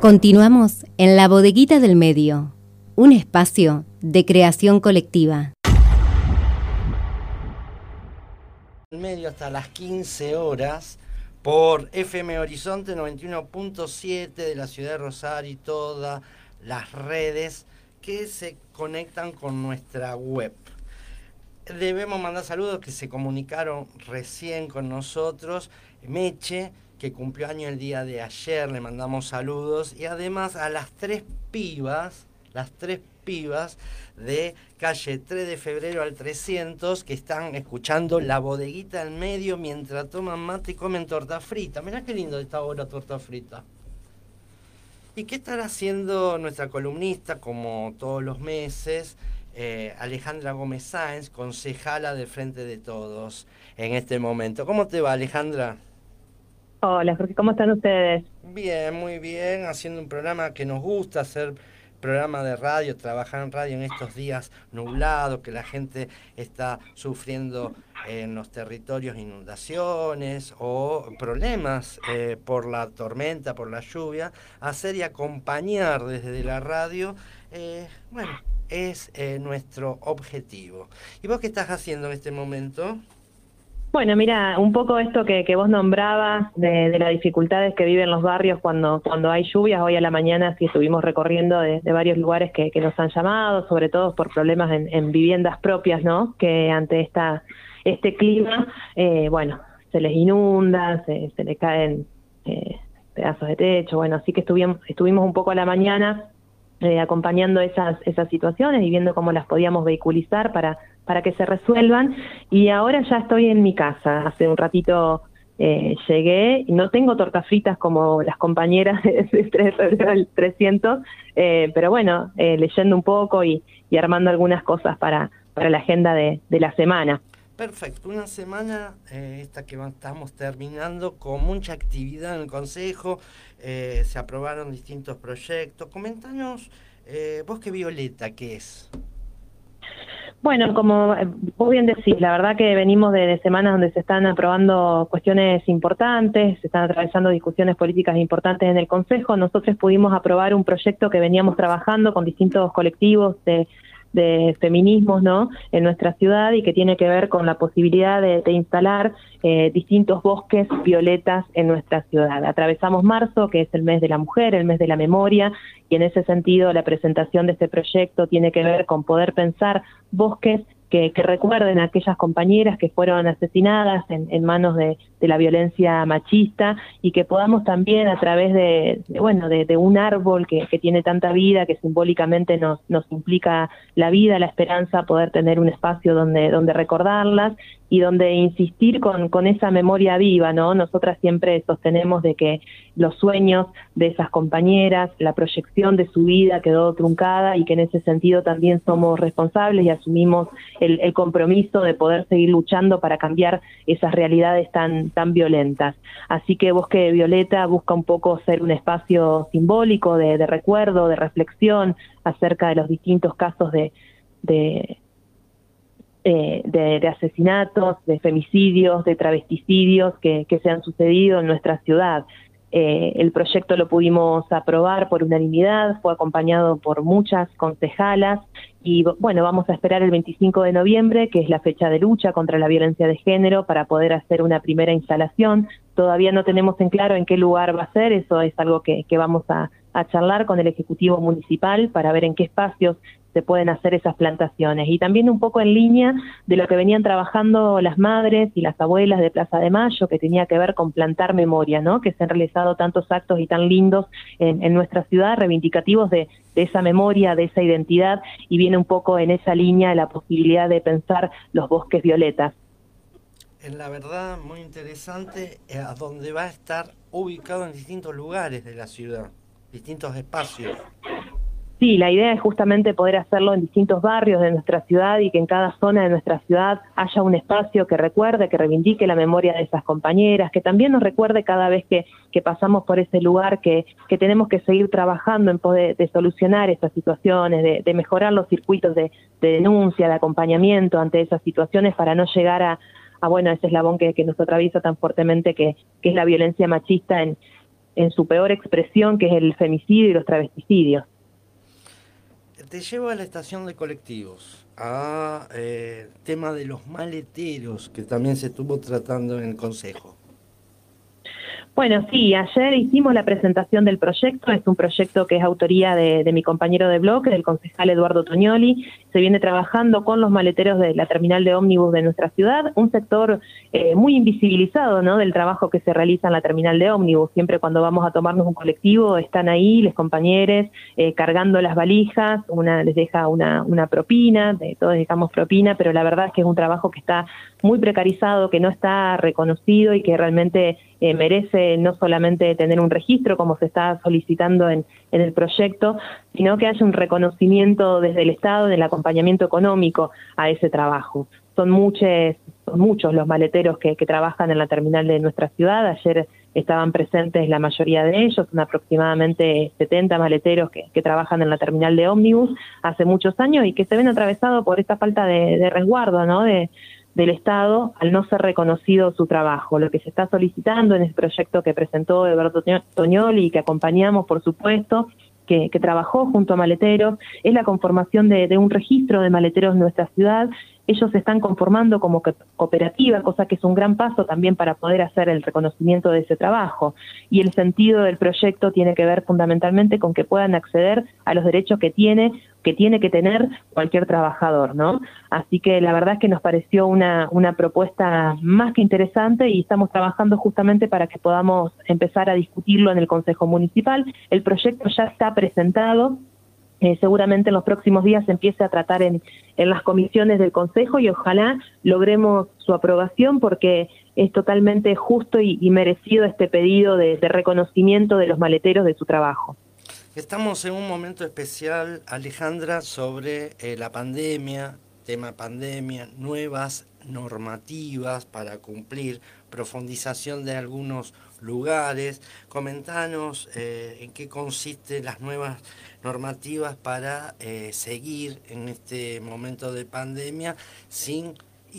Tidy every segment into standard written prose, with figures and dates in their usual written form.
Continuamos en La Bodeguita del Medio, un espacio de creación colectiva. El medio hasta las 15 horas por FM Horizonte 91.7 de la ciudad de Rosario y todas las redes que se conectan con nuestra web. Debemos mandar saludos que se comunicaron recién con nosotros. Meche, que cumplió año el día de ayer, le mandamos saludos. Y además a las tres pibas de calle 3 de febrero al 300, que están escuchando La Bodeguita del Medio mientras toman mate y comen torta frita. Mirá qué lindo esta hora torta frita. ¿Y qué estará haciendo nuestra columnista, como todos los meses, Alejandra Gómez Sáenz, concejala del Frente de Todos, en este momento? ¿Cómo te va, Alejandra? Hola, Jorge, ¿cómo están ustedes? Bien, muy bien, haciendo un programa que nos gusta hacer, programa de radio, trabajar en radio en estos días nublados, que la gente está sufriendo en los territorios inundaciones o problemas por la tormenta, por la lluvia, hacer y acompañar desde la radio, bueno, es nuestro objetivo. ¿Y vos qué estás haciendo en este momento? Bueno, mira, un poco esto que vos nombrabas de las dificultades que viven los barrios cuando hay lluvias. Hoy a la mañana sí estuvimos recorriendo de varios lugares que nos han llamado, sobre todo por problemas en viviendas propias, ¿no? Que ante este clima, bueno, se les inunda, se les caen pedazos de techo, bueno, así que estuvimos un poco a la mañana acompañando esas situaciones y viendo cómo las podíamos vehiculizar para que se resuelvan. Y ahora ya estoy en mi casa. Hace un ratito llegué, y no tengo tortas fritas como las compañeras de 3 de febrero al 300, pero bueno, leyendo un poco y armando algunas cosas para la agenda de la semana. Perfecto, una semana esta que estamos terminando con mucha actividad en el Consejo, se aprobaron distintos proyectos. Comentanos, Bosque Violeta, ¿qué es? Bueno, como vos bien decís, la verdad que venimos de semanas donde se están aprobando cuestiones importantes, se están atravesando discusiones políticas importantes en el Consejo. Nosotros pudimos aprobar un proyecto que veníamos trabajando con distintos colectivos de feminismos, ¿no?, en nuestra ciudad, y que tiene que ver con la posibilidad de instalar distintos bosques violetas en nuestra ciudad. Atravesamos marzo, que es el mes de la mujer, el mes de la memoria, y en ese sentido la presentación de este proyecto tiene que ver con poder pensar bosques que recuerden a aquellas compañeras que fueron asesinadas en manos de la violencia machista, y que podamos también, a través de un árbol que tiene tanta vida, que simbólicamente nos implica la vida, la esperanza, poder tener un espacio donde recordarlas y donde insistir con esa memoria viva, ¿no? Nosotras siempre sostenemos de que los sueños de esas compañeras, la proyección de su vida quedó truncada, y que en ese sentido también somos responsables y asumimos el compromiso de poder seguir luchando para cambiar esas realidades tan violentas. Así que Bosque Violeta busca un poco ser un espacio simbólico de recuerdo, de reflexión acerca de los distintos casos de asesinatos, de femicidios, de travesticidios que se han sucedido en nuestra ciudad. El proyecto lo pudimos aprobar por unanimidad, fue acompañado por muchas concejalas, y bueno, vamos a esperar el 25 de noviembre, que es la fecha de lucha contra la violencia de género, para poder hacer una primera instalación. Todavía no tenemos en claro en qué lugar va a ser, eso es algo que vamos a charlar con el Ejecutivo Municipal para ver en qué espacios se pueden hacer esas plantaciones. Y también un poco en línea de lo que venían trabajando las madres y las abuelas de Plaza de Mayo, que tenía que ver con plantar memoria, ¿no?, que se han realizado tantos actos y tan lindos en nuestra ciudad, reivindicativos de esa memoria, de esa identidad, y viene un poco en esa línea la posibilidad de pensar los bosques violetas. La verdad, muy interesante, a donde va a estar ubicado en distintos lugares de la ciudad, distintos espacios. Sí, la idea es justamente poder hacerlo en distintos barrios de nuestra ciudad, y que en cada zona de nuestra ciudad haya un espacio que recuerde, que reivindique la memoria de esas compañeras, que también nos recuerde cada vez que pasamos por ese lugar que tenemos que seguir trabajando en poder de solucionar estas situaciones, de mejorar los circuitos de denuncia, de acompañamiento ante esas situaciones, para no llegar a ese eslabón que nos atraviesa tan fuertemente, que es la violencia machista en su peor expresión, que es el femicidio y los travesticidios. Te llevo a la estación de colectivos, a tema de los maleteros, que también se estuvo tratando en el Consejo. Bueno, sí, ayer hicimos la presentación del proyecto. Es un proyecto que es autoría de mi compañero de bloque, del concejal Eduardo Toñoli. Se viene trabajando con los maleteros de la terminal de ómnibus de nuestra ciudad, un sector muy invisibilizado, ¿no?, del trabajo que se realiza en la terminal de ómnibus. Siempre cuando vamos a tomarnos un colectivo están ahí los compañeros cargando las valijas, una les deja una propina, todos dejamos propina, pero la verdad es que es un trabajo que está muy precarizado, que no está reconocido y que realmente merece no solamente tener un registro como se está solicitando en el proyecto, sino que haya un reconocimiento desde el Estado del acompañamiento económico a ese trabajo. Son muchos los maleteros que trabajan en la terminal de nuestra ciudad. Ayer estaban presentes la mayoría de ellos, son aproximadamente 70 maleteros que trabajan en la terminal de ómnibus hace muchos años y que se ven atravesados por esta falta de resguardo, ¿no?, del Estado al no ser reconocido su trabajo. Lo que se está solicitando en el proyecto que presentó Eduardo Toñoli y que acompañamos, por supuesto, que trabajó junto a maleteros, es la conformación de un registro de maleteros en nuestra ciudad. Ellos se están conformando como cooperativa, cosa que es un gran paso también para poder hacer el reconocimiento de ese trabajo. Y el sentido del proyecto tiene que ver fundamentalmente con que puedan acceder a los derechos que tiene que tener cualquier trabajador, ¿no? Así que la verdad es que nos pareció una propuesta más que interesante y estamos trabajando justamente para que podamos empezar a discutirlo en el Consejo Municipal. El proyecto ya está presentado. Seguramente en los próximos días se empiece a tratar en las comisiones del Consejo y ojalá logremos su aprobación porque es totalmente justo y merecido este pedido de reconocimiento de los maleteros de su trabajo. Estamos en un momento especial, Alejandra, sobre la pandemia, tema pandemia, nuevas normativas para cumplir, profundización de algunos lugares. Comentanos en qué consisten las nuevas normativas para seguir en este momento de pandemia sin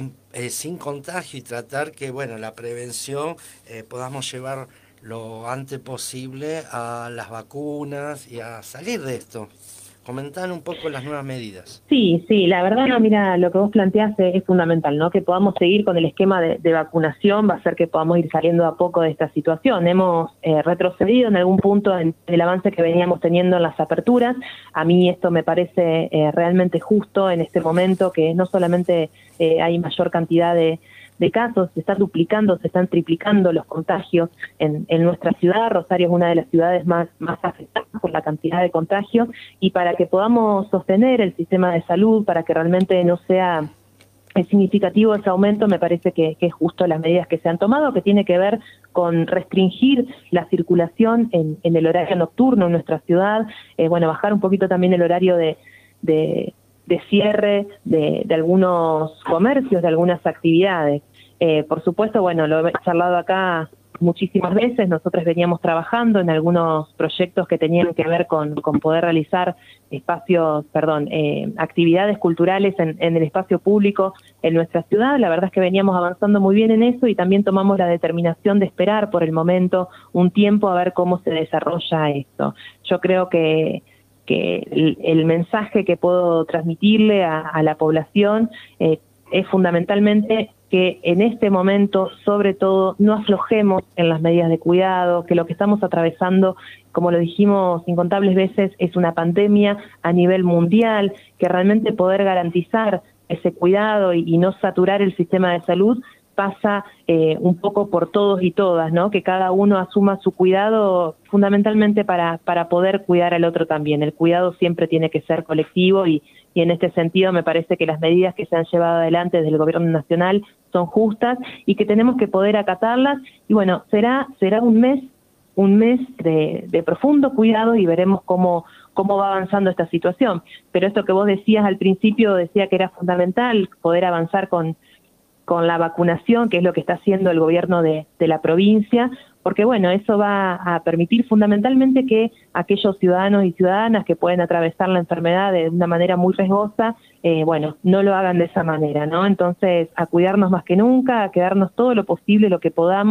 contagio y tratar que, bueno, la prevención podamos llevar lo antes posible a las vacunas y a salir de esto. Comentar un poco las nuevas medidas. Sí, la verdad, no, mira, lo que vos planteás es fundamental, ¿no? Que podamos seguir con el esquema de vacunación va a hacer que podamos ir saliendo a poco de esta situación. Hemos retrocedido en algún punto en el avance que veníamos teniendo en las aperturas. A mí esto me parece realmente justo en este momento, que no solamente hay mayor cantidad de casos, se están duplicando, se están triplicando los contagios en nuestra ciudad. Rosario es una de las ciudades más afectadas por la cantidad de contagios y para que podamos sostener el sistema de salud, para que realmente no sea significativo ese aumento, me parece que es justo las medidas que se han tomado, que tiene que ver con restringir la circulación en el horario nocturno en nuestra ciudad, bajar un poquito también el horario de cierre de algunos comercios, de algunas actividades. Por supuesto, lo he charlado acá muchísimas veces. Nosotros veníamos trabajando en algunos proyectos que tenían que ver con poder realizar actividades culturales en el espacio público en nuestra ciudad. La verdad es que veníamos avanzando muy bien en eso y también tomamos la determinación de esperar por el momento un tiempo a ver cómo se desarrolla esto. Yo creo que el mensaje que puedo transmitirle a la población es fundamentalmente que en este momento, sobre todo, no aflojemos en las medidas de cuidado, que lo que estamos atravesando, como lo dijimos incontables veces, es una pandemia a nivel mundial, que realmente poder garantizar ese cuidado y no saturar el sistema de salud pasa un poco por todos y todas, ¿no? Que cada uno asuma su cuidado fundamentalmente para poder cuidar al otro también. El cuidado siempre tiene que ser colectivo y en este sentido me parece que las medidas que se han llevado adelante desde el gobierno nacional son justas y que tenemos que poder acatarlas y será un mes de profundo cuidado y veremos cómo va avanzando esta situación. Pero esto que vos decías al principio, decía que era fundamental poder avanzar con la vacunación, que es lo que está haciendo el gobierno de la provincia, porque eso va a permitir fundamentalmente que aquellos ciudadanos y ciudadanas que pueden atravesar la enfermedad de una manera muy riesgosa, no lo hagan de esa manera, ¿no? Entonces, a cuidarnos más que nunca, a quedarnos todo lo posible, lo que podamos,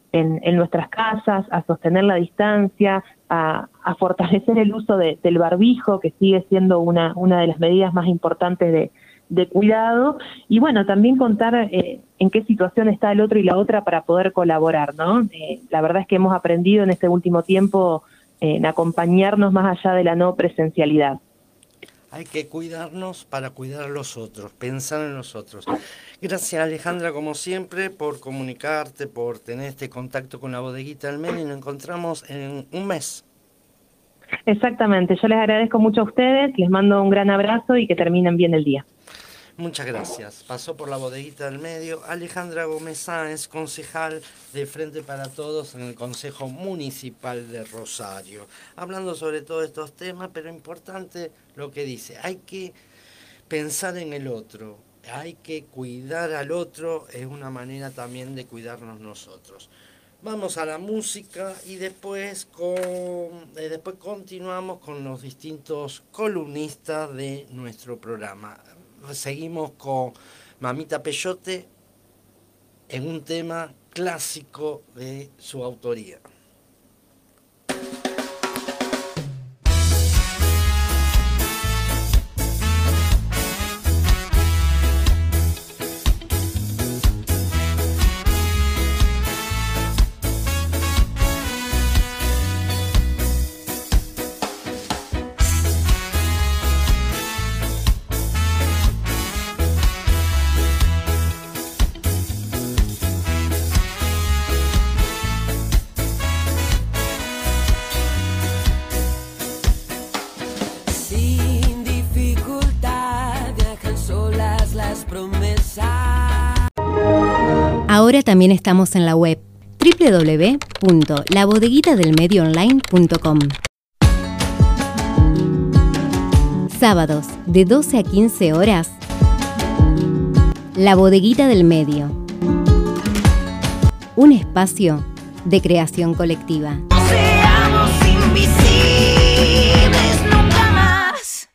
en nuestras casas, a sostener la distancia, a fortalecer el uso del barbijo, que sigue siendo una de las medidas más importantes de cuidado, y bueno, también contar en qué situación está el otro y la otra para poder colaborar, ¿no? La verdad es que hemos aprendido en este último tiempo en acompañarnos más allá de la no presencialidad. Hay que cuidarnos para cuidar a los otros, pensar en los otros. Gracias, Alejandra, como siempre, por comunicarte, por tener este contacto con la Bodeguita del Medio, y nos encontramos en un mes. Exactamente, yo les agradezco mucho a ustedes, les mando un gran abrazo y que terminen bien el día. Muchas gracias. Pasó por la Bodeguita del Medio Alejandra Gómez Sáenz, concejal de Frente para Todos en el Consejo Municipal de Rosario, hablando sobre todos estos temas, pero importante lo que dice, hay que pensar en el otro, hay que cuidar al otro, es una manera también de cuidarnos nosotros. Vamos a la música y después continuamos con los distintos columnistas de nuestro programa. Seguimos con Mamita Peyote en un tema clásico de su autoría. Ahora también estamos en la web www.labodeguitadelmedioonline.com. Sábados de 12 a 15 horas, La Bodeguita del Medio. Un espacio de creación colectiva. Seamos invisibles, no